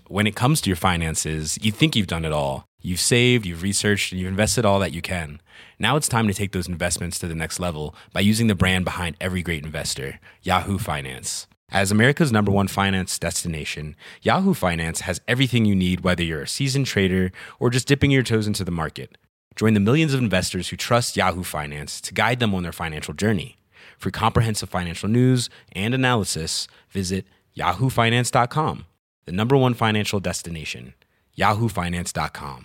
when it comes to your finances, you think you've done it all. You've saved, you've researched, and you've invested all that you can. Now it's time to take those investments to the next level by using the brand behind every great investor, Yahoo Finance. As America's #1 finance destination, Yahoo Finance has everything you need, whether you're a seasoned trader or just dipping your toes into the market. Join the millions of investors who trust Yahoo Finance to guide them on their financial journey. For comprehensive financial news and analysis, visit yahoofinance.com, the #1 financial destination, yahoofinance.com.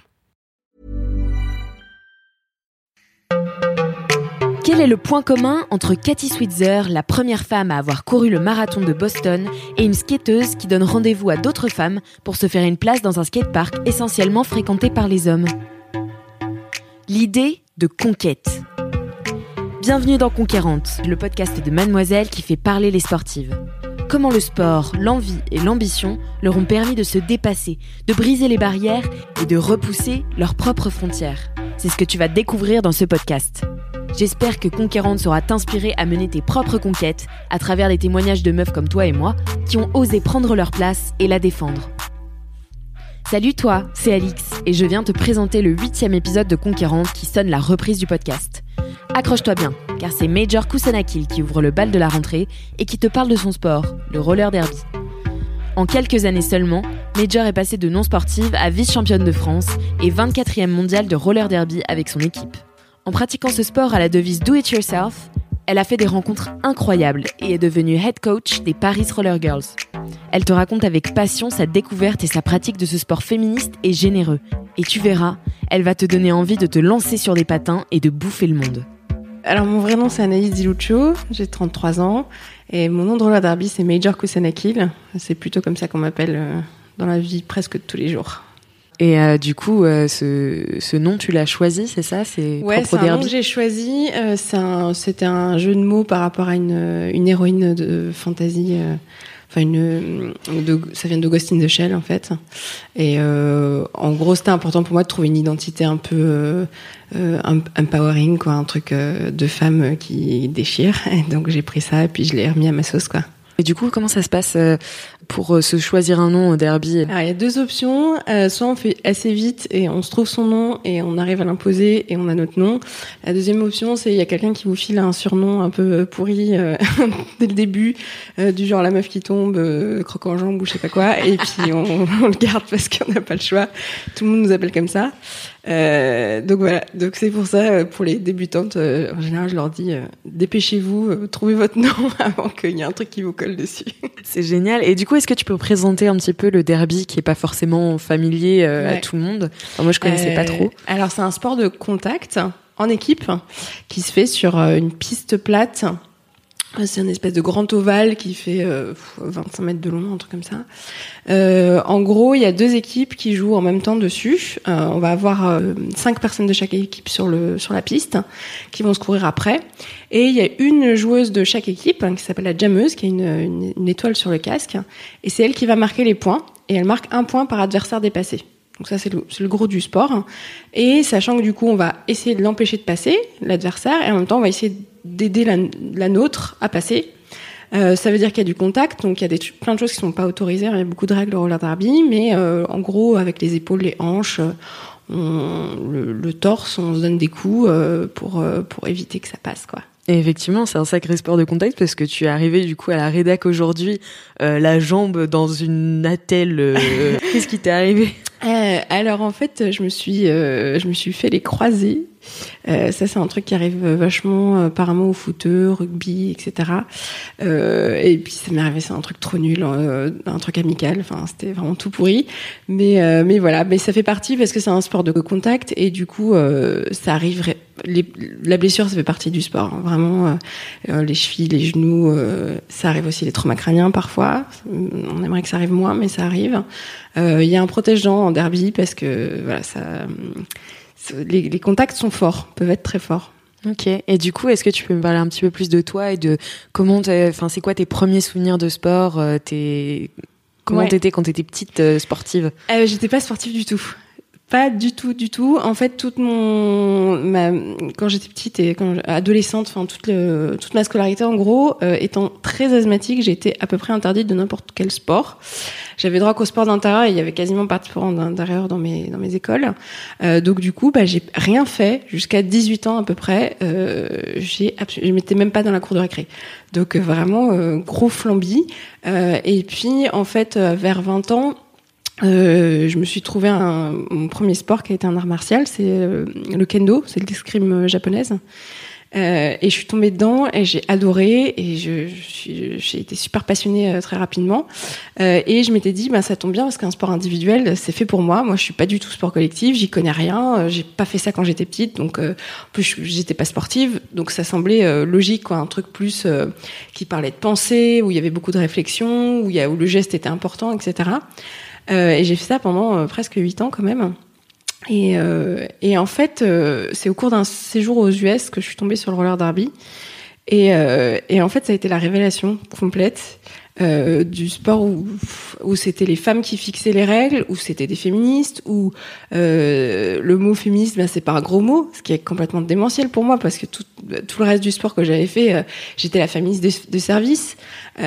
Quel est le point commun entre Cathy Switzer, la première femme à avoir couru le marathon de Boston, et une skateuse qui donne rendez-vous à d'autres femmes pour se faire une place dans un skatepark essentiellement fréquenté par les hommes ? L'idée de conquête. Bienvenue dans Conquérante, le podcast de Mademoiselle qui fait parler les sportives. Comment le sport, l'envie et l'ambition leur ont permis de se dépasser, de briser les barrières et de repousser leurs propres frontières. C'est ce que tu vas découvrir dans ce podcast. J'espère que Conquérante saura t'inspirer à mener tes propres conquêtes à travers des témoignages de meufs comme toi et moi qui ont osé prendre leur place et la défendre. Salut toi, c'est Alix et je viens te présenter le 8e épisode de Conquérante qui sonne la reprise du podcast. Accroche-toi bien, car c'est Major Kusanakil qui ouvre le bal de la rentrée et qui te parle de son sport, le roller derby. En quelques années seulement, Major est passée de non-sportive à vice-championne de France et 24e mondiale de roller derby avec son équipe. En pratiquant ce sport à la devise Do It Yourself, elle a fait des rencontres incroyables et est devenue head coach des Paris Roller Girls. Elle te raconte avec passion sa découverte et sa pratique de ce sport féministe et généreux. Et tu verras, elle va te donner envie de te lancer sur des patins et de bouffer le monde. Alors mon vrai nom c'est Anaïs Di Lucio, j'ai 33 ans et mon nom de roller derby c'est Major Kusanakil. C'est plutôt comme ça qu'on m'appelle dans la vie presque de tous les jours. Et du coup, ce nom, tu l'as choisi, c'est ça ? C'est propre derby. Un nom que j'ai choisi. C'était un jeu de mots par rapport à une héroïne de fantasy. Ça vient de Ghost in the Shell en fait. Et en gros, c'était important pour moi de trouver une identité un peu empowering, quoi, un truc de femme qui déchire. Et donc j'ai pris ça et puis je l'ai remis à ma sauce, quoi. Et du coup, comment ça se passe pour se choisir un nom au derby ? Alors, il y a deux options. Soit on fait assez vite et on se trouve son nom et on arrive à l'imposer et on a notre nom. La deuxième option, c'est il y a quelqu'un qui vous file un surnom un peu pourri dès le début, du genre la meuf qui tombe, croque en jambe ou je sais pas quoi. Et puis on le garde parce qu'on n'a pas le choix. Tout le monde nous appelle comme ça. Donc voilà. Donc c'est pour ça, pour les débutantes, en général, je leur dis dépêchez-vous, trouvez votre nom avant qu'il y ait un truc qui vous colle dessus. C'est génial. Et du coup, est-ce que tu peux présenter un petit peu le derby qui est pas forcément familier à tout le monde ? Enfin, moi, je connaissais pas trop. Alors, c'est un sport de contact en équipe qui se fait sur une piste plate. C'est une espèce de grand ovale qui fait 25 mètres de long, un truc comme ça. En gros, il y a deux équipes qui jouent en même temps dessus. On va avoir 5 personnes de chaque équipe sur la piste qui vont se courir après. Et il y a une joueuse de chaque équipe qui s'appelle la jammeuse, qui a une étoile sur le casque. Et c'est elle qui va marquer les points. Et elle marque 1 point par adversaire dépassé. Donc ça, c'est le gros du sport. Et sachant que du coup, on va essayer de l'empêcher de passer, l'adversaire, et en même temps, on va essayer d'aider la nôtre à passer. Ça veut dire qu'il y a du contact, donc il y a plein de choses qui sont pas autorisées. Il y a beaucoup de règles au roller derby, mais en gros, avec les épaules, les hanches, le torse, on se donne des coups pour éviter que ça passe, quoi. Et effectivement, c'est un sacré sport de contact parce que tu es arrivé du coup à la rédac aujourd'hui, la jambe dans une attelle. Qu'est-ce qui t'est arrivé ? Alors en fait, je me suis fait les croisés. Ça, c'est un truc qui arrive vachement apparemment au foot, rugby, etc. Et puis ça m'est arrivé, c'est un truc trop nul, un truc amical. Enfin, c'était vraiment tout pourri. Mais voilà, mais ça fait partie parce que c'est un sport de contact et du coup, ça arrive. La blessure, ça fait partie du sport. Hein. Vraiment, les chevilles, les genoux, ça arrive aussi. Les traumas crâniens parfois. On aimerait que ça arrive moins, mais ça arrive. Il y a un protège-dents en derby parce que voilà, les contacts sont forts, peuvent être très forts. Ok. Et du coup, est-ce que tu peux me parler un petit peu plus de toi et de comment c'est quoi tes premiers souvenirs de sport, comment t'étais quand t'étais petite sportive ? J'étais pas sportive du tout. Pas du tout. En fait, quand j'étais petite et quand adolescente, enfin toute ma scolarité en gros, étant très asthmatique, j'ai été à peu près interdite de n'importe quel sport. J'avais droit qu'au sport d'intérieur et il y avait quasiment pas de sport d'intérieur dans mes écoles. Donc du coup, j'ai rien fait jusqu'à 18 ans à peu près. Je m'étais même pas dans la cour de récré. Donc vraiment gros flambi. Et puis en fait, vers 20 ans. Je me suis trouvé mon premier sport qui a été un art martial, c'est le kendo, c'est l'escrime japonaise. Et je suis tombée dedans et j'ai adoré et j'ai été super passionnée très rapidement. Et je m'étais dit, ça tombe bien parce qu'un sport individuel, c'est fait pour moi. Moi, je suis pas du tout sport collectif, j'y connais rien. J'ai pas fait ça quand j'étais petite, donc en plus j'étais pas sportive, donc ça semblait logique, quoi, un truc plus qui parlait de pensée, où il y avait beaucoup de réflexion, où le geste était important, etc. Et j'ai fait ça pendant presque 8 ans quand même. Et en fait, c'est au cours d'un séjour aux US que je suis tombée sur le roller derby. Et en fait, ça a été la révélation complète du sport où c'était les femmes qui fixaient les règles, où c'était des féministes, où le mot féministe, c'est pas un gros mot, ce qui est complètement démentiel pour moi parce que tout le reste du sport que j'avais fait, j'étais la féministe de service.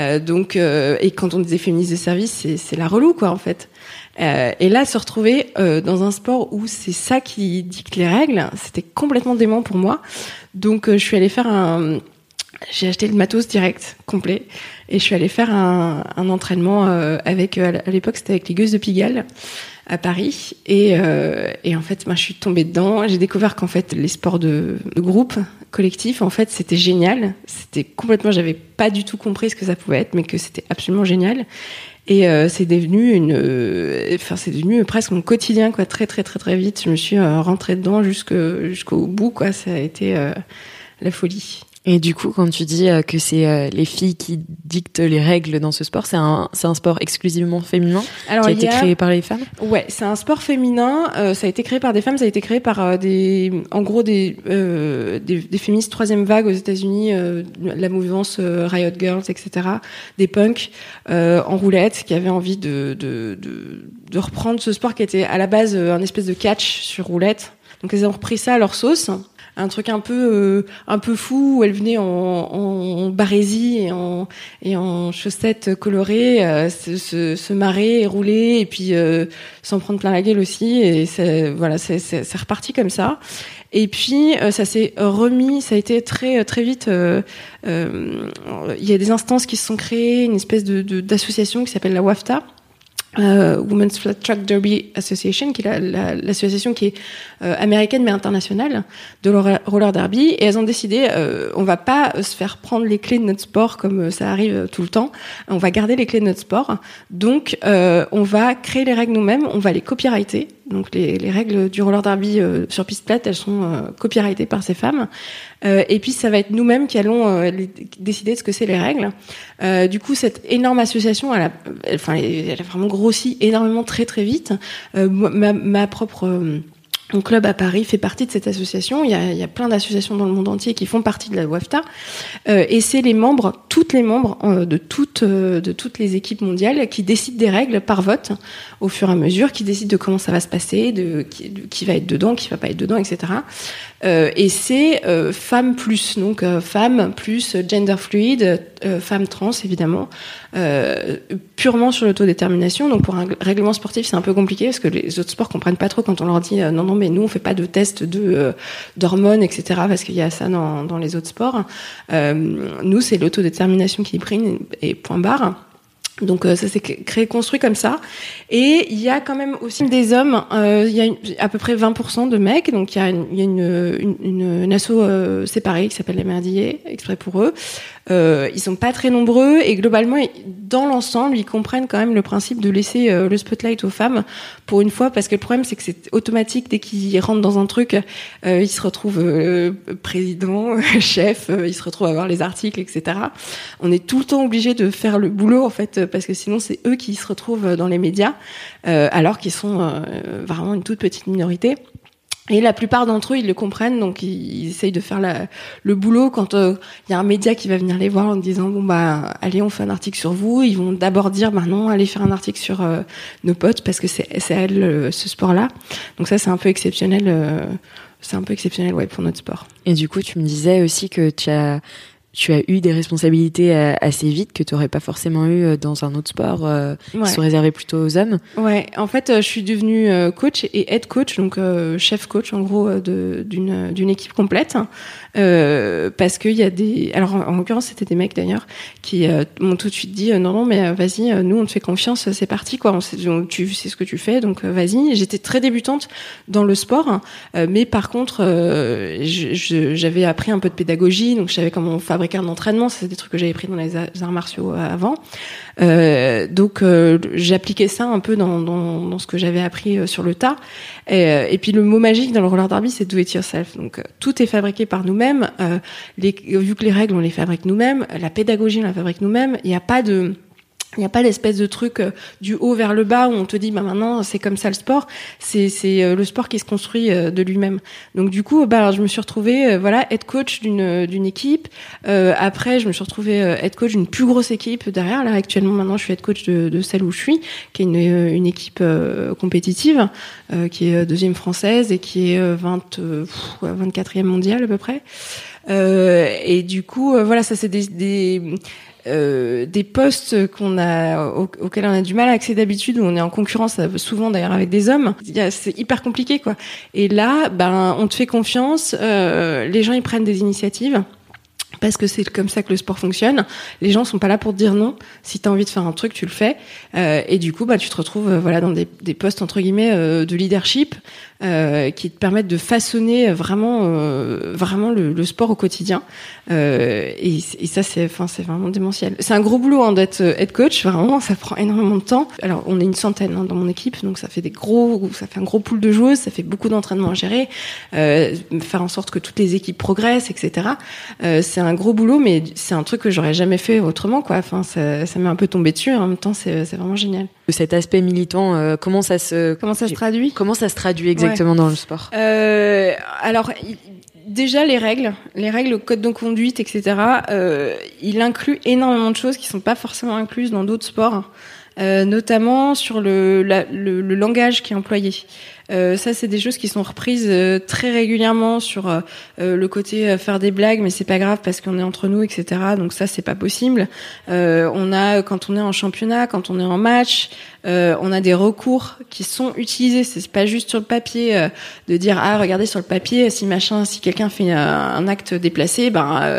Et quand on disait féministe de service, c'est la relou, quoi, en fait. Et là, se retrouver dans un sport où c'est ça qui dicte les règles, c'était complètement dément pour moi. Donc, je suis allée faire j'ai acheté le matos direct, complet, et je suis allée faire un entraînement à l'époque, c'était avec les Gueuses de Pigalle à Paris. Et en fait, je suis tombée dedans. J'ai découvert qu'en fait, les sports de groupe, collectif, en fait, c'était génial. C'était complètement, j'avais pas du tout compris ce que ça pouvait être, mais que c'était absolument génial. Et c'est devenu c'est devenu presque mon quotidien, quoi, très très très très vite. Je me suis rentrée dedans jusqu'au bout, quoi. Ça a été la folie. Et du coup, quand tu dis que c'est les filles qui dictent les règles dans ce sport, c'est un sport exclusivement féminin qui a été créé par les femmes ? Ouais, c'est un sport féminin. Ça a été créé par des femmes. Ça a été créé par des féministes troisième vague aux États-Unis, la mouvance Riot Girls, etc. Des punks en roulette qui avaient envie de reprendre ce sport qui était à la base un espèce de catch sur roulette. Donc ils ont repris ça à leur sauce. Un truc un peu fou où elle venait en barésie et en chaussettes colorées se marrer et rouler et puis s'en prendre plein la gueule aussi, et c'est reparti comme ça. Et puis ça s'est remis, ça a été très très vite. Il y a des instances qui se sont créées, une espèce d'association qui s'appelle la WAFTA. Women's Flat Track Derby Association, qui est l'association qui est américaine mais internationale de roller derby, et elles ont décidé on va pas se faire prendre les clés de notre sport comme ça arrive tout le temps, on va garder les clés de notre sport, donc on va créer les règles nous-mêmes, on va les copyrighter. Donc les règles du roller derby sur piste plate, elles sont copyrightées par ces femmes. Et puis ça va être nous-mêmes qui allons décider de ce que c'est les règles. Du coup, cette énorme association, elle a vraiment grossi énormément très très vite. Ma propre mon club à Paris fait partie de cette association. Il y a plein d'associations dans le monde entier qui font partie de la WAFTA. Et c'est toutes les membres de toutes les équipes mondiales qui décident des règles par vote au fur et à mesure, qui décident de comment ça va se passer, de qui va être dedans, qui va pas être dedans, etc. Et c'est femmes plus, donc femmes plus gender fluid, femmes trans évidemment, purement sur l'autodétermination. Donc pour un règlement sportif c'est un peu compliqué parce que les autres sports comprennent pas trop quand on leur dit non mais nous on fait pas de tests d'hormones, etc. parce qu'il y a ça dans les autres sports. Nous c'est l'autodétermination qui prime et point barre. Donc ça s'est construit comme ça. Et il y a quand même aussi des hommes, il y a à peu près 20% de mecs, donc il y a une asso séparée qui s'appelle les Merdillers, exprès pour eux. Ils sont pas très nombreux et globalement dans l'ensemble ils comprennent quand même le principe de laisser le spotlight aux femmes pour une fois, parce que le problème c'est que c'est automatique, dès qu'ils rentrent dans un truc ils se retrouvent président, chef, ils se retrouvent à voir les articles, etc. On est tout le temps obligé de faire le boulot en fait, parce que sinon c'est eux qui se retrouvent dans les médias alors qu'ils sont vraiment une toute petite minorité. Et la plupart d'entre eux, ils le comprennent, donc ils essayent de faire le boulot. Quand il y a un média qui va venir les voir en disant bon bah allez, on fait un article sur vous, ils vont d'abord dire bah non, allez faire un article sur nos potes parce que c'est à elles ce sport-là. Donc ça c'est un peu exceptionnel. Ouais, pour notre sport. Et du coup, tu me disais aussi que tu as eu des responsabilités assez vite que tu n'aurais pas forcément eu dans un autre sport qui sont réservés plutôt aux hommes. Ouais, en fait, je suis devenue coach et head coach, donc chef coach en gros d'une équipe complète. Parce qu'il y a des... Alors en l'occurrence, c'était des mecs d'ailleurs qui m'ont tout de suite dit non, mais vas-y, nous on te fait confiance, c'est parti quoi. Tu sais ce que tu fais, donc vas-y. J'étais très débutante dans le sport, mais par contre, j'avais appris un peu de pédagogie, donc je savais comment on fabriquait un entraînement. C'est des trucs que j'avais pris dans les arts martiaux avant. Donc j'appliquais ça un peu dans ce que j'avais appris sur le tas. Et puis le mot magique dans le roller derby, c'est do it yourself. Donc tout est fabriqué par nous-mêmes. Vu que les règles on les fabrique nous-mêmes, la pédagogie on la fabrique nous-mêmes. Il n'y a pas d'espèce de truc du haut vers le bas où on te dit bah maintenant c'est comme ça le sport. C'est le sport qui se construit de lui-même. Donc du coup alors, je me suis retrouvée head coach d'une équipe. Après je me suis retrouvée head coach d'une plus grosse équipe derrière. Là actuellement maintenant je suis head coach de celle où je suis, qui est une équipe compétitive qui est deuxième française et qui est 24e mondiale à peu près. Et du coup ça c'est des postes auxquels on a du mal à accéder d'habitude, où on est en concurrence souvent d'ailleurs avec des hommes. C'est hyper compliqué quoi. Et là, on te fait confiance, les gens ils prennent des initiatives. Parce que c'est comme ça que le sport fonctionne. Les gens sont pas là pour te dire non. Si t'as envie de faire un truc, tu le fais. Et du coup, tu te retrouves dans des postes entre guillemets de leadership qui te permettent de façonner vraiment le sport au quotidien. Et ça, c'est vraiment démentiel. C'est un gros boulot d'être head coach. Vraiment, ça prend énormément de temps. Alors, on est une centaine dans mon équipe, donc ça fait un gros pool de joueuses. Ça fait beaucoup d'entraînements à gérer, faire en sorte que toutes les équipes progressent, etc. C'est un gros boulot, mais c'est un truc que j'aurais jamais fait autrement, quoi. Enfin, ça m'est un peu tombé dessus. En même temps, c'est vraiment génial. Cet aspect militant, comment ça se traduit? Comment ça se traduit exactement dans le sport? Alors, déjà les règles, le code de conduite, etc. Il inclut énormément de choses qui sont pas forcément incluses dans d'autres sports, notamment sur le langage qui est employé. Ça, c'est des choses qui sont reprises très régulièrement sur le côté faire des blagues, mais c'est pas grave parce qu'on est entre nous, etc. Donc ça, c'est pas possible. Quand on est en championnat, quand on est en match, on a des recours qui sont utilisés. C'est pas juste sur le papier de dire regardez sur le papier si quelqu'un fait un acte déplacé,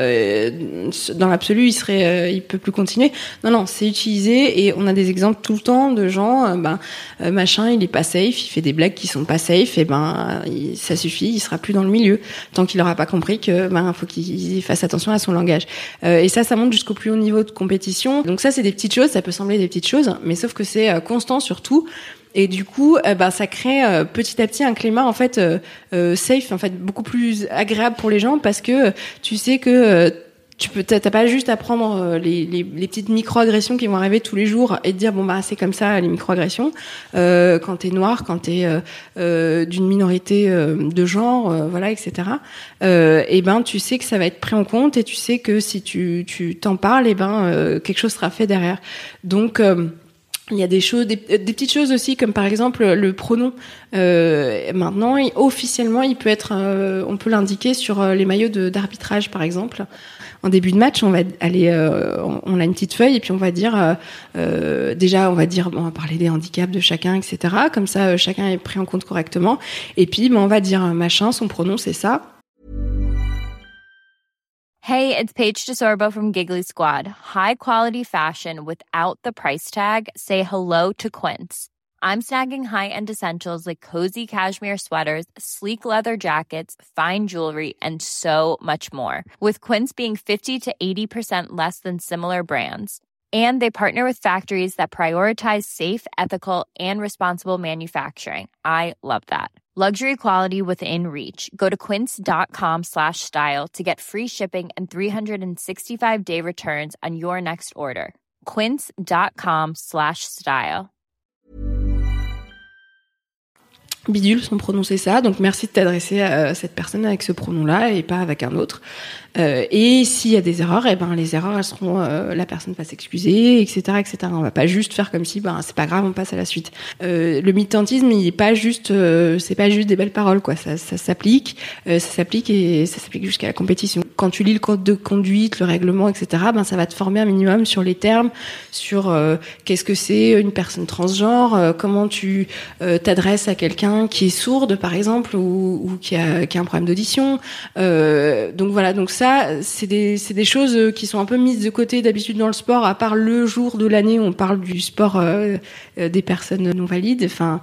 dans l'absolu il peut plus continuer. Non, c'est utilisé et on a des exemples tout le temps de gens machin il est pas safe, il fait des blagues qui sont pas safe, et ça suffit, il sera plus dans le milieu tant qu'il aura pas compris que faut qu'il fasse attention à son langage. Et ça monte jusqu'au plus haut niveau de compétition. Donc ça c'est des petites choses, ça peut sembler des petites choses, mais sauf que c'est constant surtout. Et du coup, ça crée petit à petit un climat en fait safe, en fait beaucoup plus agréable pour les gens parce que tu sais que t'as pas juste à prendre les petites micro-agressions qui vont arriver tous les jours et te dire c'est comme ça les micro-agressions. Quand t'es noir, quand t'es d'une minorité de genre, etc. Tu sais que ça va être pris en compte et tu sais que si tu t'en parles, quelque chose sera fait derrière. Donc il y a des choses, des petites choses aussi, comme par exemple le pronom. Maintenant, officiellement, il peut être, on peut l'indiquer sur les maillots d'arbitrage, par exemple. En début de match, on va aller, on a une petite feuille et puis on va dire, déjà, on va parler des handicaps de chacun, etc. Comme ça, chacun est pris en compte correctement. Et puis, on va dire machin, son pronom, c'est ça. Hey, it's Paige DeSorbo from Giggly Squad. High quality fashion without the price tag. Say hello to Quince. I'm snagging high-end essentials like cozy cashmere sweaters, sleek leather jackets, fine jewelry, and so much more. With Quince being 50 to 80% less than similar brands. And they partner with factories that prioritize safe, ethical, and responsible manufacturing. I love that. Luxury quality within reach. Go to quince.com/style to get free shipping and 365-day returns on your next order. Quince.com/style. bidule, son pronom c'est ça, donc merci de t'adresser à cette personne avec ce pronom-là et pas avec un autre. Et s'il y a des erreurs, les erreurs elles seront, la personne va s'excuser, etc., etc. On va pas juste faire comme si, c'est pas grave, on passe à la suite. Le militantisme, il est pas juste, c'est pas juste des belles paroles, quoi. Ça s'applique, et ça s'applique jusqu'à la compétition. Quand tu lis le code de conduite, le règlement, etc., ça va te former un minimum sur les termes, sur qu'est-ce que c'est une personne transgenre, comment tu t'adresses à quelqu'un qui est sourde, par exemple, ou qui a un problème d'audition. Donc voilà, donc ça, c'est des choses qui sont un peu mises de côté d'habitude dans le sport, à part le jour de l'année où on parle du sport des personnes non valides. Enfin,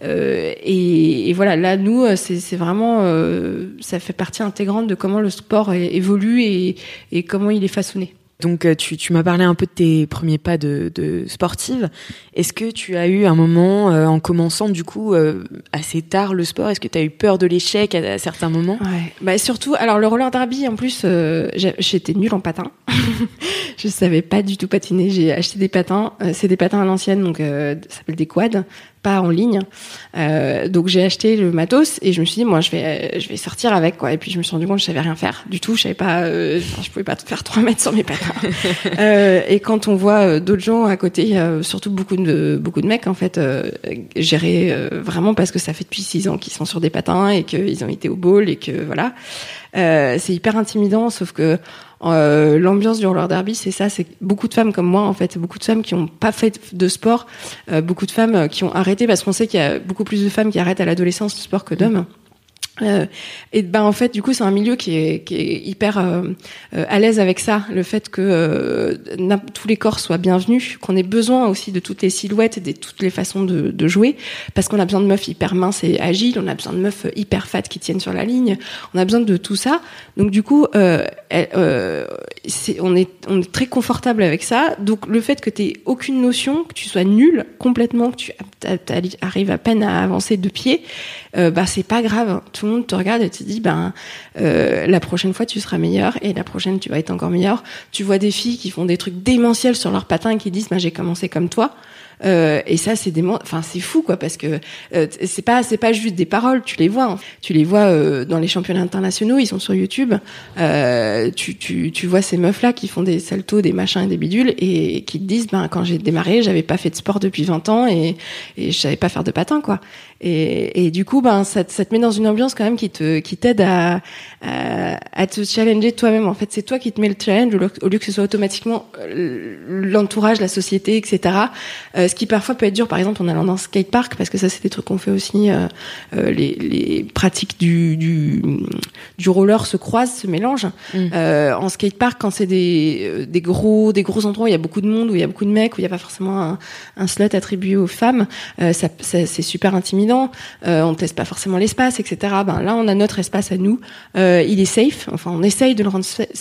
et voilà, là, nous, c'est vraiment, ça fait partie intégrante de comment le sport évolue et comment il est façonné. Donc tu m'as parlé un peu de tes premiers pas de sportive. Est-ce que tu as eu un moment en commençant du coup assez tard le sport, est-ce que tu as eu peur de l'échec à certains moments? Ouais. Surtout, alors le roller derby en plus, j'étais nulle en patin. Je savais pas du tout patiner. J'ai acheté des patins, c'est des patins à l'ancienne, donc ça s'appelle des quads, pas en ligne. Donc j'ai acheté le matos et je me suis dit moi je vais sortir avec, quoi. Et puis je me suis rendu compte que je savais rien faire du tout. Je savais pas, je pouvais pas faire 3 mètres sur mes patins. Et quand on voit d'autres gens à côté, surtout beaucoup de mecs en fait, gérer vraiment, parce que ça fait depuis 6 ans qu'ils sont sur des patins et qu'ils ont été au bowl et que voilà, c'est hyper intimidant. Sauf que l'ambiance du roller derby, c'est ça, c'est beaucoup de femmes comme moi en fait, beaucoup de femmes qui ont pas fait de sport, beaucoup de femmes qui ont arrêté, parce qu'on sait qu'il y a beaucoup plus de femmes qui arrêtent à l'adolescence le sport que d'hommes. Et en fait du coup c'est un milieu qui est hyper à l'aise avec ça, le fait que tous les corps soient bienvenus, qu'on ait besoin aussi de toutes les silhouettes et de toutes les façons de jouer, parce qu'on a besoin de meufs hyper minces et agiles, on a besoin de meufs hyper fat qui tiennent sur la ligne, on a besoin de tout ça. Donc du coup on est très confortable avec ça. Donc le fait que t'aies aucune notion, que tu sois nul complètement, que tu arrives à peine à avancer 2 pieds, c'est pas grave. Tout le monde te regarde et te dit la prochaine fois tu seras meilleure, et la prochaine tu vas être encore meilleure. Tu vois des filles qui font des trucs démentiels sur leurs patins et qui disent j'ai commencé comme toi. Et ça c'est c'est fou, quoi, parce que c'est pas juste des paroles, tu les vois dans les championnats internationaux, ils sont sur YouTube, tu vois ces meufs là qui font des saltos, des machins et des bidules, et qui te disent quand j'ai démarré, j'avais pas fait de sport depuis 20 ans et je savais pas faire de patin, quoi. Et du coup ça te met dans une ambiance quand même qui t'aide à te challenger toi-même. En fait, c'est toi qui te mets le challenge au lieu que ce soit automatiquement l'entourage, la société, etc. Ce qui parfois peut être dur, par exemple en allant dans un skatepark, parce que ça c'est des trucs qu'on fait aussi, les pratiques du roller se croisent, se mélangent. En skatepark, quand c'est des gros endroits où il y a beaucoup de monde, où il y a beaucoup de mecs, où il n'y a pas forcément un slot attribué aux femmes, c'est super intimidant. On teste pas forcément l'espace, etc. Là on a notre espace à nous, il est safe, enfin on essaye de le rendre safe,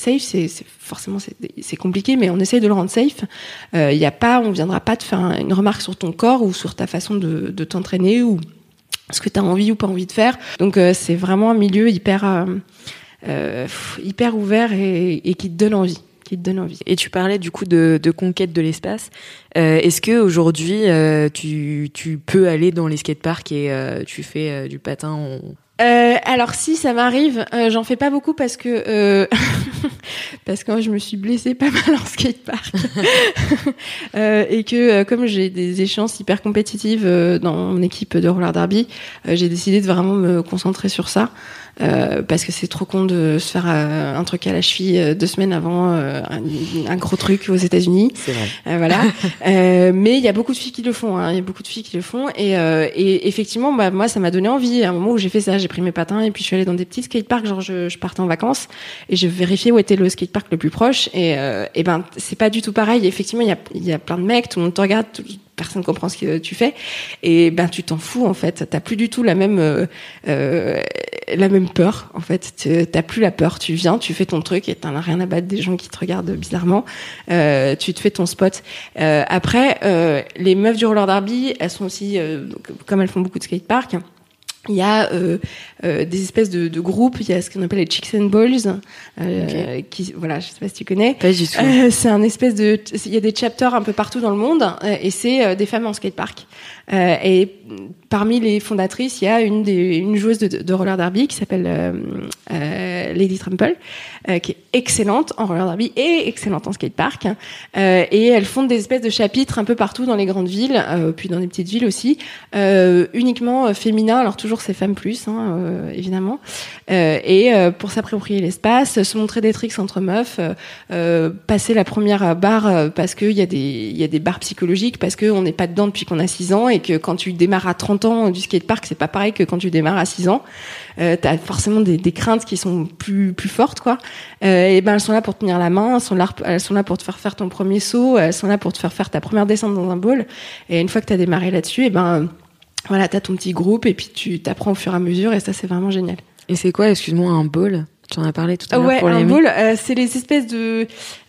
c'est compliqué, mais on essaye de le rendre safe. On viendra pas te faire une remarque sur ton corps ou sur ta façon de t'entraîner ou ce que tu as envie ou pas envie de faire. Donc c'est vraiment un milieu hyper ouvert et qui te donne envie. Et tu parlais du coup de conquête de l'espace. Est-ce que aujourd'hui tu peux aller dans les skateparks et tu fais du patin alors si ça m'arrive, j'en fais pas beaucoup parce que parce que moi, je me suis blessée pas mal en skatepark et que comme j'ai des échéances hyper compétitives dans mon équipe de roller derby, j'ai décidé de vraiment me concentrer sur ça. Parce que c'est trop con de se faire un truc à la cheville 2 semaines avant un gros truc aux États-Unis. C'est vrai. Voilà. Mais il y a beaucoup de filles qui le font. Il y a beaucoup de filles qui le font. Et effectivement, moi, ça m'a donné envie. À un moment où j'ai fait ça, j'ai pris mes patins et puis je suis allée dans des petits skateparks. Genre, je partais en vacances et je vérifiais où était le skatepark le plus proche. Et c'est pas du tout pareil. Effectivement, il y a plein de mecs, tout le monde te regarde. Personne comprend ce que tu fais, et tu t'en fous en fait. T'as plus du tout la même peur en fait. T'as plus la peur. Tu viens, tu fais ton truc et t'en as rien à battre des gens qui te regardent bizarrement. Tu te fais ton spot. Après, les meufs du roller derby, elles sont aussi, comme elles font beaucoup de skatepark. Il y a des espèces de groupes. Il y a ce qu'on appelle les Chicks and Balls, qui, voilà, je sais pas si tu connais. Pas du tout. C'est un espèce il y a des chapters un peu partout dans le monde, et c'est des femmes en skatepark. Et parmi les fondatrices, il y a une joueuse de roller derby qui s'appelle Lady Trample, qui est excellente en roller derby et excellente en skatepark. Et elles font des espèces de chapitres un peu partout dans les grandes villes, puis dans les petites villes aussi, uniquement féminins. Alors toujours c'est femmes plus, évidemment. Et pour s'approprier l'espace, se montrer des tricks entre meufs, passer la première barre parce qu'il y a des barres psychologiques, parce qu'on n'est pas dedans depuis qu'on a 6 ans et que quand tu démarres à 30 ans du skatepark, c'est pas pareil que quand tu démarres à 6 ans. T'as forcément des craintes qui sont plus fortes, quoi. Et ben elles sont là pour te tenir la main, elles sont là pour te faire ton premier saut, elles sont là pour te faire ta première descente dans un bowl. Et une fois que t'as démarré là-dessus, et ben voilà, t'as ton petit groupe et puis tu t'apprends au fur et à mesure et ça c'est vraiment génial. Et c'est quoi, excuse-moi, un bowl? Tu en as parlé tout à l'heure. Ouais, pour un bowl, c'est les espèces de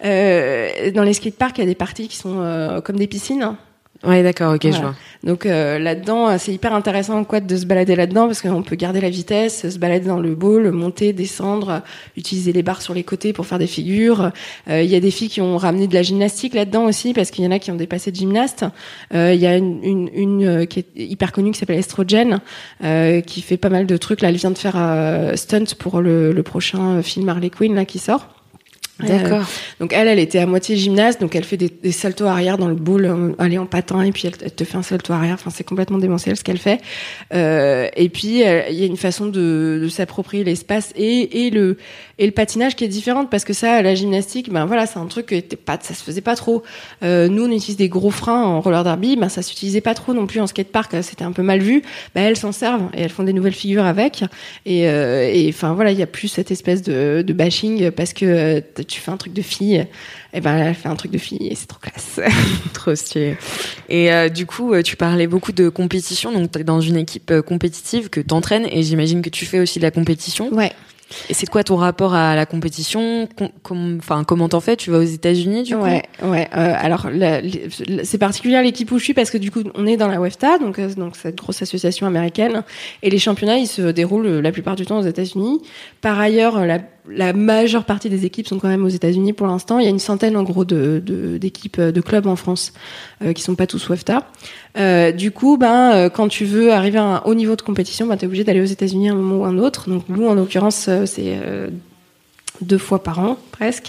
dans les skateparks, il y a des parties qui sont comme des piscines. Ouais, d'accord, ok, voilà. je vois. Donc là-dedans, c'est hyper intéressant de se balader là-dedans parce qu'on peut garder la vitesse, se balader dans le bowl, monter, descendre, utiliser les barres sur les côtés pour faire des figures. Il y a des filles qui ont ramené de la gymnastique là-dedans aussi parce qu'il y en a qui ont des passés de gymnaste. Il y a une qui est hyper connue qui s'appelle Estrogen, qui fait pas mal de trucs. Là, elle vient de faire stunt pour le prochain film Harley Quinn là qui sort. D'accord. Donc elle était à moitié gymnaste, donc elle fait des saltos arrière dans le bowl, elle est en patin et puis elle te fait un salto arrière. Enfin, c'est complètement démentiel ce qu'elle fait. Et puis il y a une façon de s'approprier l'espace et le patinage qui est différente parce que ça, la gymnastique, ben voilà, c'est un truc que ça se faisait pas trop. Nous, on utilise des gros freins en roller derby, ben ça s'utilisait pas trop non plus en skatepark, c'était un peu mal vu. Ben elles s'en servent et elles font des nouvelles figures avec. Et enfin voilà, il y a plus cette espèce de bashing parce que tu fais un truc de fille, et ben elle fait un truc de fille et c'est trop classe. Trop stylé. Et du coup, tu parlais beaucoup de compétition, donc t'es dans une équipe compétitive que t'entraînes et j'imagine que tu fais aussi de la compétition. Ouais. Et c'est quoi ton rapport à la compétition? Comment t'en fais? Tu vas aux États-Unis du coup? Ouais. Alors c'est particulier l'équipe où je suis parce que du coup on est dans la WEFTA, donc cette grosse association américaine, et les championnats ils se déroulent la plupart du temps aux États-Unis. Par ailleurs, la majeure partie des équipes sont quand même aux États-Unis pour l'instant. Il y a une centaine en gros d'équipes de clubs en France qui sont pas tous WEFTA. Du coup, quand tu veux arriver à un haut niveau de compétition, t'es obligé d'aller aux États-Unis à un moment ou un autre. Donc nous, en l'occurrence, c'est 2 fois par an presque.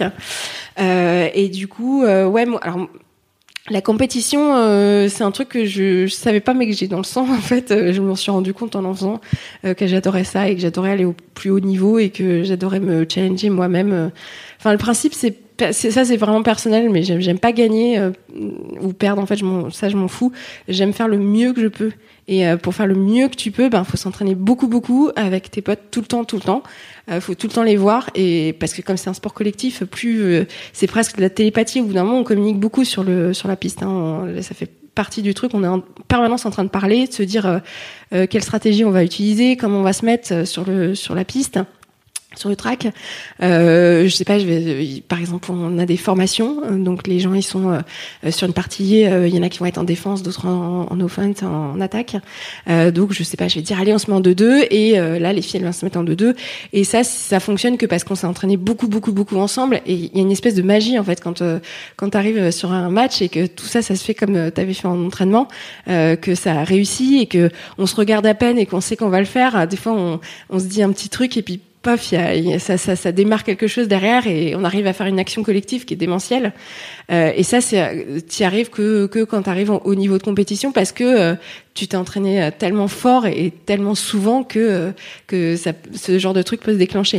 Et du coup, alors la compétition, c'est un truc que je savais pas mais que j'ai dans le sang en fait. Je m'en suis rendu compte en faisant que j'adorais ça et que j'adorais aller au plus haut niveau et que j'adorais me challenger moi-même. Enfin, le principe c'est vraiment personnel, mais j'aime pas gagner ou perdre. En fait, je m'en fous. J'aime faire le mieux que je peux. Et pour faire le mieux que tu peux, faut s'entraîner beaucoup avec tes potes tout le temps. Faut tout le temps les voir et parce que comme c'est un sport collectif, c'est presque de la télépathie. Au bout d'un moment, on communique beaucoup sur la piste. Ça fait partie du truc. On est en permanence en train de parler, de se dire quelle stratégie on va utiliser, comment on va se mettre sur la piste. Sur le track, je sais pas, par exemple, on a des formations, donc les gens ils sont sur une partie, il y en a qui vont être en défense, d'autres en offense, en attaque. Donc je sais pas, je vais dire allez, on se met en 2-2 et là les filles elles vont se mettre en 2-2 et ça fonctionne que parce qu'on s'est entraîné beaucoup ensemble et il y a une espèce de magie en fait quand t'arrives sur un match et que tout ça se fait comme t'avais fait en entraînement, que ça réussit et que on se regarde à peine et qu'on sait qu'on va le faire. Des fois on se dit un petit truc et puis paf, ça démarre quelque chose derrière et on arrive à faire une action collective qui est démentielle. Et ça, t'y arrives que quand t'arrives au niveau de compétition parce que tu t'es entraîné tellement fort et tellement souvent que ce genre de truc peut se déclencher.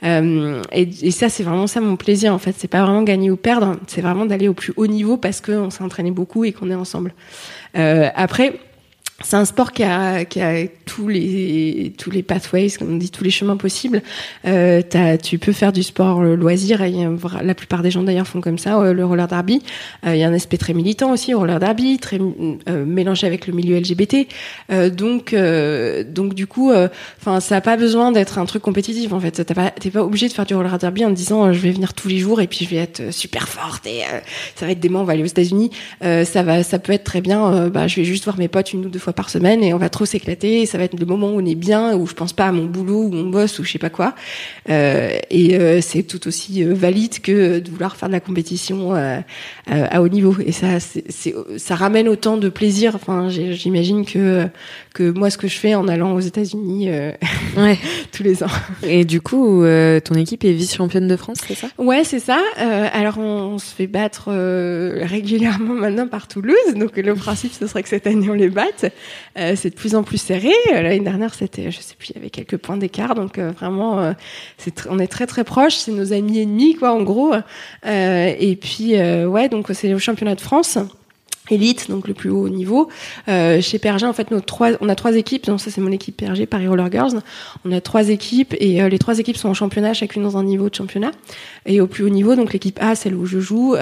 Et ça, c'est vraiment ça mon plaisir en fait. C'est pas vraiment gagner ou perdre, c'est vraiment d'aller au plus haut niveau parce qu'on s'est entraîné beaucoup et qu'on est ensemble. Après. C'est un sport qui a tous les pathways, comme on dit, tous les chemins possibles. Tu peux faire du sport loisir. Et la plupart des gens d'ailleurs font comme ça. Le roller derby. Il y a un aspect très militant aussi au roller derby, très mélangé avec le milieu LGBT. Donc du coup, ça a pas besoin d'être un truc compétitif en fait. T'es pas obligé de faire du roller derby en te disant je vais venir tous les jours et puis je vais être super forte et ça va être dément. On va aller aux États-Unis. Ça peut être très bien. Je vais juste voir mes potes 1 ou 2 fois fois par semaine et on va trop s'éclater. Et ça va être le moment où on est bien, où je pense pas à mon boulot, où on bosse, ou je sais pas quoi. C'est tout aussi valide que de vouloir faire de la compétition à haut niveau. Et ça ramène autant de plaisir. Enfin, j'imagine que moi, ce que je fais en allant aux États-Unis tous les ans. Et du coup, ton équipe est vice-championne de France, c'est ça? Ouais, c'est ça. Alors, on se fait battre régulièrement maintenant par Toulouse. Donc, le principe, ce serait que cette année, on les batte. C'est de plus en plus serré. L'année dernière, c'était, je sais plus, il y avait quelques points d'écart. Donc, vraiment, on est très, très proches. C'est nos amis ennemis, quoi, en gros. Et puis, donc, c'est au championnat de France. Élite, donc le plus haut niveau. Chez PRG, en fait, on a 3 équipes. Donc ça, c'est mon équipe PRG, Paris Roller Girls. On a 3 équipes et les 3 équipes sont en championnat, chacune dans un niveau de championnat. Et au plus haut niveau, donc l'équipe A, celle où je joue,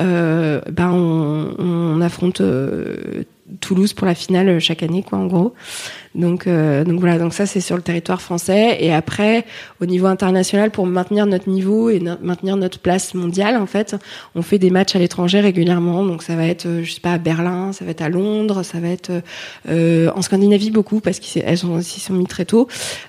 on affronte Toulouse pour la finale chaque année, quoi, en gros. Donc voilà, donc ça c'est sur le territoire français. Et après, au niveau international, pour maintenir notre niveau et maintenir notre place mondiale, en fait, on fait des matchs à l'étranger régulièrement. Donc ça va être, je sais pas, à Berlin, ça va être à Londres, ça va être en Scandinavie beaucoup parce qu'elles sont mis très tôt.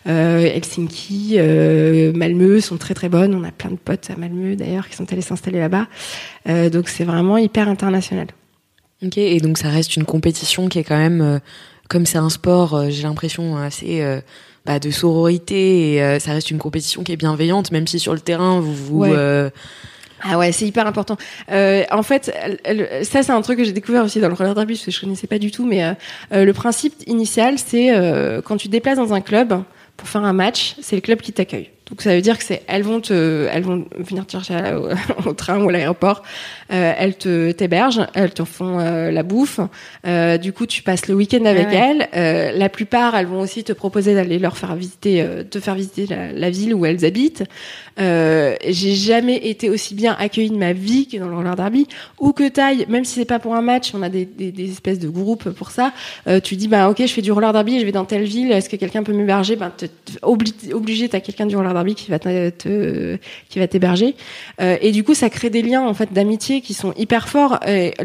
Helsinki, Malmö sont très très bonnes. On a plein de potes à Malmö d'ailleurs qui sont allés s'installer là-bas. Donc c'est vraiment hyper international. Ok, et donc ça reste une compétition qui est quand même, comme c'est un sport, j'ai l'impression assez de sororité, et ça reste une compétition qui est bienveillante, même si sur le terrain vous ouais. Ah ouais, c'est hyper important. En fait, ça c'est un truc que j'ai découvert aussi dans le roller derby parce que je connaissais pas du tout, mais le principe initial c'est quand tu te déplaces dans un club pour faire un match, c'est le club qui t'accueille. Donc ça veut dire que elles vont venir te chercher au train ou à l'aéroport. Elles t'hébergent, elles te font la bouffe. Du coup, tu passes le week-end avec elles. La plupart, elles vont aussi te proposer d'aller te faire visiter la ville où elles habitent. J'ai jamais été aussi bien accueillie de ma vie que dans le roller derby. Où que t'ailles, même si c'est pas pour un match, on a des espèces de groupes pour ça. Tu dis ok, je fais du roller derby, je vais dans telle ville. Est-ce que quelqu'un peut m'héberger? Obligé, t'as quelqu'un du roller derby qui va t'héberger. Et du coup, ça crée des liens en fait d'amitié qui sont hyper forts.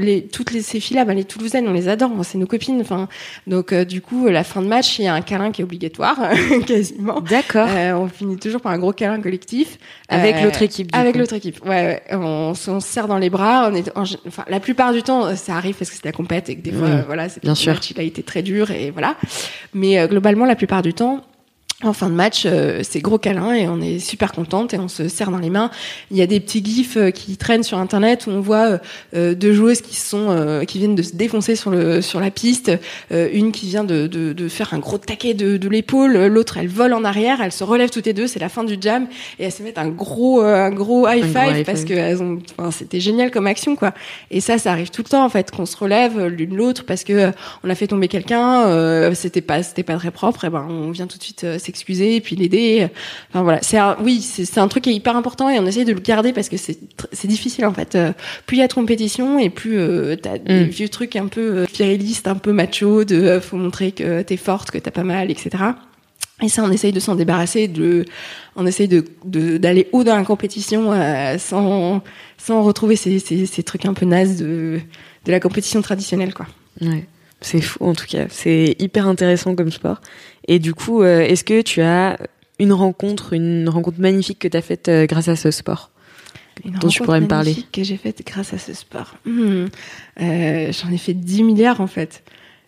Ces filles-là, les Toulousaines, on les adore. C'est nos copines. Donc du coup, la fin de match, il y a un câlin qui est obligatoire, quasiment. D'accord. On finit toujours par un gros câlin collectif avec l'autre équipe. L'autre équipe. Ouais. On se serre dans les bras. La plupart du temps, ça arrive parce que c'est la compète et que des fois, bien sûr. Le match il a été très dur et voilà. Mais globalement, la plupart du temps. En fin de match, c'est gros câlin et on est super contente et on se serre dans les mains. Il y a des petits gifs qui traînent sur internet où on voit 2 joueuses qui viennent de se défoncer sur la piste, une qui vient de faire un gros taquet de l'épaule, l'autre elle vole en arrière, elles se relèvent toutes les deux, c'est la fin du jam et elles se mettent un gros high five parce que c'était génial comme action quoi. Et ça arrive tout le temps en fait qu'on se relève l'une l'autre parce que on a fait tomber quelqu'un, c'était pas très propre et on vient tout de suite s'excuser et puis l'aider. Enfin voilà, c'est un truc qui est hyper important et on essaye de le garder parce que c'est difficile en fait. Plus il y a de compétition et plus t'as des vieux trucs un peu virilistes, un peu macho de faut montrer que t'es forte, que t'as pas mal, etc. Et ça, on essaye de s'en débarrasser. On essaye d'aller haut dans la compétition sans retrouver ces trucs un peu nazes de la compétition traditionnelle, quoi. Ouais. C'est fou en tout cas, c'est hyper intéressant comme sport. Et du coup, est-ce que tu as une rencontre magnifique que tu as faite grâce à ce sport dont tu pourrais me parler? Magnifique que j'ai faite grâce à ce sport. J'en ai fait 10 milliards en fait.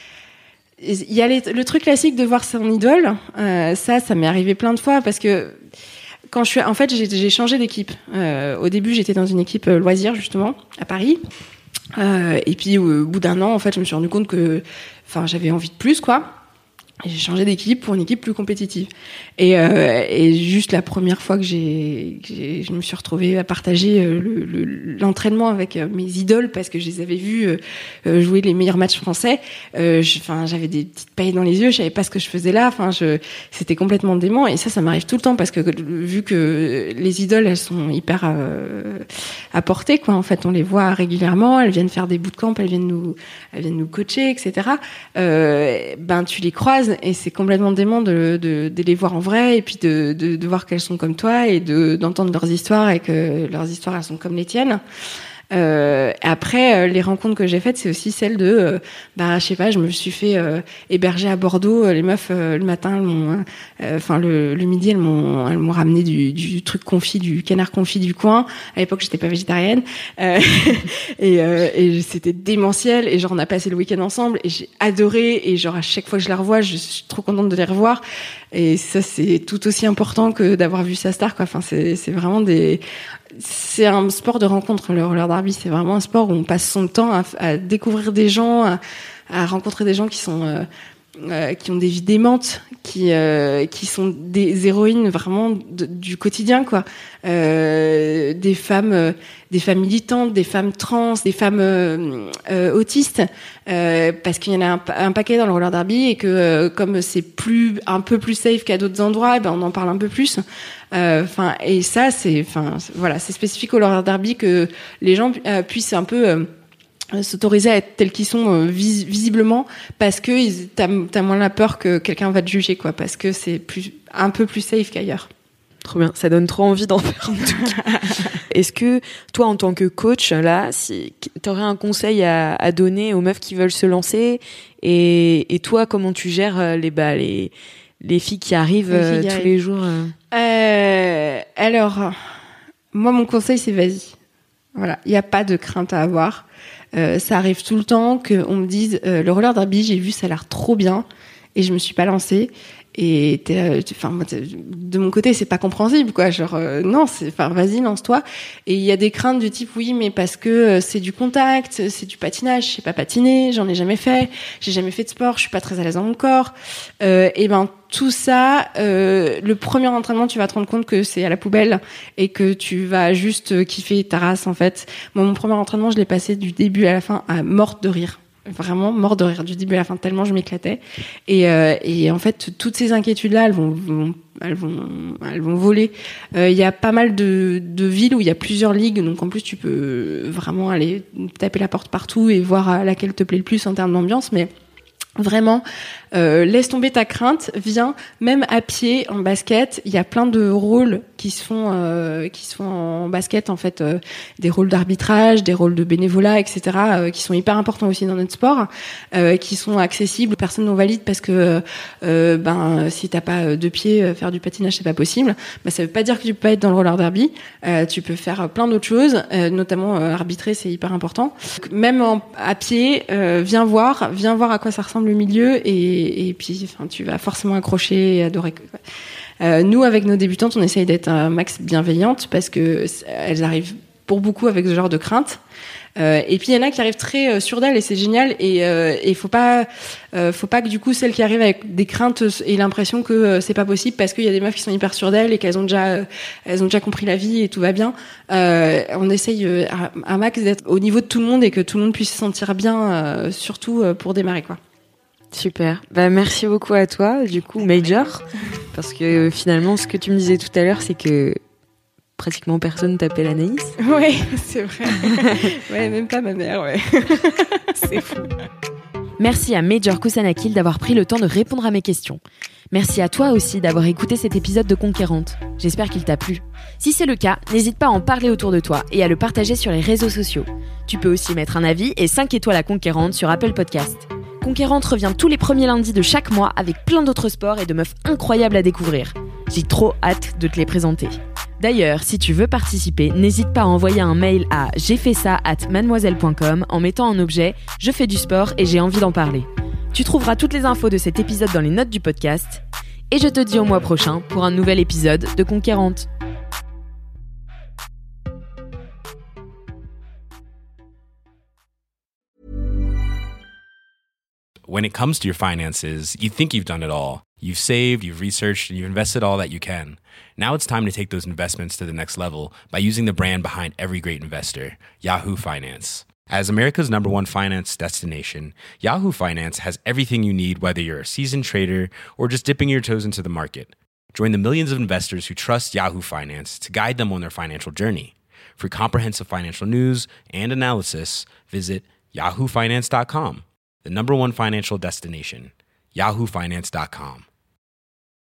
Il y a le truc classique de voir son idole. Ça m'est arrivé plein de fois parce que quand j'ai changé d'équipe. Au début, j'étais dans une équipe loisir justement à Paris. Et puis au bout d'un an, en fait, je me suis rendu compte que, j'avais envie de plus, quoi. Et j'ai changé d'équipe pour une équipe plus compétitive. Et juste la première fois que je me suis retrouvée à partager l'entraînement avec mes idoles parce que je les avais vus jouer les meilleurs matchs français. J'avais des petites pailles dans les yeux, je savais pas ce que je faisais là. C'était complètement dément. Et ça m'arrive tout le temps parce que vu que les idoles, elles sont hyper à portée, quoi. En fait, on les voit régulièrement. Elles viennent faire des bootcamps, elles viennent nous coacher, etc. Tu les croises. Et c'est complètement dément de les voir en vrai et puis de voir qu'elles sont comme toi et d'entendre leurs histoires et que leurs histoires elles sont comme les tiennes. Après, les rencontres que j'ai faites, c'est aussi celle de, je sais pas, je me suis fait héberger à Bordeaux. Les meufs, le matin, elles m'ont, le midi, elles m'ont ramené du truc confit, du canard confit du coin. À l'époque, j'étais pas végétarienne, et c'était démentiel. Et genre, on a passé le week-end ensemble, et j'ai adoré. Et genre, à chaque fois que je la revois, je suis trop contente de les revoir. Et ça, c'est tout aussi important que d'avoir vu sa star, quoi. Enfin, c'est vraiment c'est un sport de rencontre, le roller derby. C'est vraiment un sport où on passe son temps à découvrir des gens, à rencontrer des gens qui sont qui ont des vies démentes, qui sont des héroïnes vraiment du quotidien, quoi. Des femmes militantes, des femmes trans, des femmes autistes, parce qu'il y en a un paquet dans le roller derby, et que comme c'est un peu plus safe qu'à d'autres endroits, et ben on en parle un peu plus. Et ça, c'est spécifique au roller derby, que les gens puissent un peu s'autoriser à être tels qu'ils sont visiblement, parce que t'as moins la peur que quelqu'un va te juger, quoi, parce que c'est un peu plus safe qu'ailleurs. Trop bien, ça donne trop envie d'en faire en tout cas. Est-ce que toi, en tant que coach, là, si t'aurais un conseil à donner aux meufs qui veulent se lancer, et toi, comment tu gères les filles qui arrivent tous les jours Alors, moi, mon conseil, c'est vas-y. Voilà, il n'y a pas de crainte à avoir. Ça arrive tout le temps qu'on me dise le roller derby, j'ai vu, ça a l'air trop bien, et je me suis pas lancée. Et de mon côté, c'est pas compréhensible, quoi. Genre non, vas-y, lance-toi. Et il y a des craintes du type oui, mais parce que c'est du contact, c'est du patinage, je sais pas patiner, j'en ai jamais fait, j'ai jamais fait de sport, je suis pas très à l'aise dans mon corps. Et tout ça, le premier entraînement, tu vas te rendre compte que c'est à la poubelle, et que tu vas juste kiffer ta race, en fait. Moi, mon premier entraînement, je l'ai passé du début à la fin à morte de rire. Vraiment morte de rire du début à la fin, tellement je m'éclatais. Et en fait, toutes ces inquiétudes-là, elles vont voler. Il y a pas mal de villes où il y a plusieurs ligues, donc en plus tu peux vraiment aller taper la porte partout et voir laquelle te plaît le plus en termes d'ambiance. Mais vraiment, laisse tomber ta crainte, viens, même à pied, en basket, il y a plein de rôles qui se font en basket, en fait, des rôles d'arbitrage, des rôles de bénévolat, etc., qui sont hyper importants aussi dans notre sport, qui sont accessibles aux personnes non valides, parce que si t'as pas deux pieds, faire du patinage, c'est pas possible. Ça veut pas dire que tu peux pas être dans le roller derby, tu peux faire plein d'autres choses, notamment arbitrer, c'est hyper important. Donc, même à pied, viens voir à quoi ça ressemble le milieu, et puis tu vas forcément accrocher et adorer. Nous, avec nos débutantes, on essaye d'être un max bienveillante, parce que elles arrivent pour beaucoup avec ce genre de crainte. Et puis il y en a qui arrivent très sûres d'elles, et c'est génial. Et faut pas que du coup celles qui arrivent avec des craintes aient l'impression que c'est pas possible, parce qu'il y a des meufs qui sont hyper sûres d'elles et qu'elles ont déjà compris la vie et tout va bien. On essaye un max d'être au niveau de tout le monde, et que tout le monde puisse se sentir bien, surtout pour démarrer, quoi. Super. Merci beaucoup à toi, du coup, Major, parce que finalement, ce que tu me disais tout à l'heure, c'est que pratiquement personne t'appelle Anaïs. Ouais, c'est vrai. Ouais, même pas ma mère, ouais. C'est fou. Merci à Major Kusanakil d'avoir pris le temps de répondre à mes questions. Merci à toi aussi d'avoir écouté cet épisode de Conquérante. J'espère qu'il t'a plu. Si c'est le cas, n'hésite pas à en parler autour de toi et à le partager sur les réseaux sociaux. Tu peux aussi mettre un avis et 5 étoiles à Conquérante sur Apple Podcast. Conquérante revient tous les premiers lundis de chaque mois, avec plein d'autres sports et de meufs incroyables à découvrir. J'ai trop hâte de te les présenter. D'ailleurs, si tu veux participer, n'hésite pas à envoyer un mail à jeffaitça@mademoiselle.com en mettant en objet « Je fais du sport et j'ai envie d'en parler ». Tu trouveras toutes les infos de cet épisode dans les notes du podcast. Et je te dis au mois prochain pour un nouvel épisode de Conquérante. When it comes to your finances, you think you've done it all. You've saved, you've researched, and you've invested all that you can. Now it's time to take those investments to the next level by using the brand behind every great investor, Yahoo Finance. As America's #1 finance destination, Yahoo Finance has everything you need, whether you're a seasoned trader or just dipping your toes into the market. Join the millions of investors who trust Yahoo Finance to guide them on their financial journey. For comprehensive financial news and analysis, visit yahoofinance.com. The #1 financial destination, yahoofinance.com.